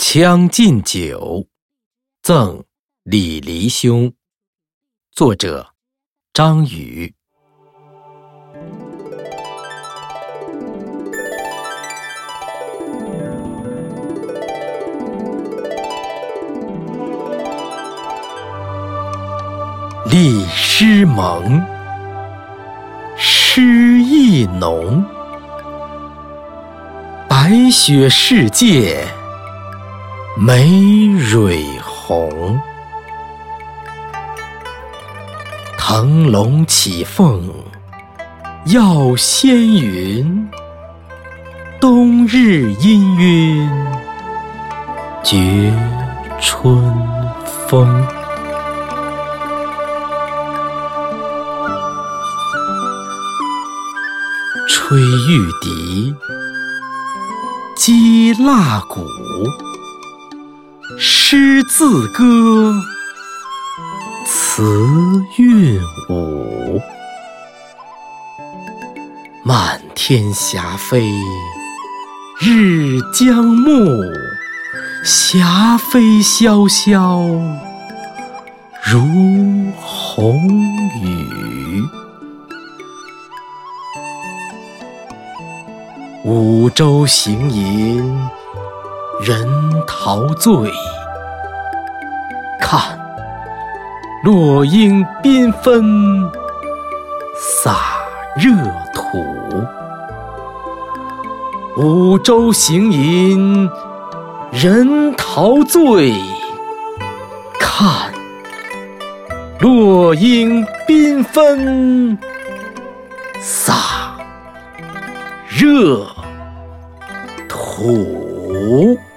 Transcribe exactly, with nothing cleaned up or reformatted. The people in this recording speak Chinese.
将进酒，赠李黎兄。作者张宇。立诗盟，诗意浓。白雪世界，梅蕊红。腾龙起凤，耀仙云。冬日氤氲，觉春风。吹玉笛，击蜡鼓，诗字歌，词韵舞。漫天霞飞，日将暮，霞飞潇潇，如红雨。五洲行吟，人陶醉。看，落英缤纷，洒热土。五洲行吟，人陶醉。看，落英缤纷，洒热土。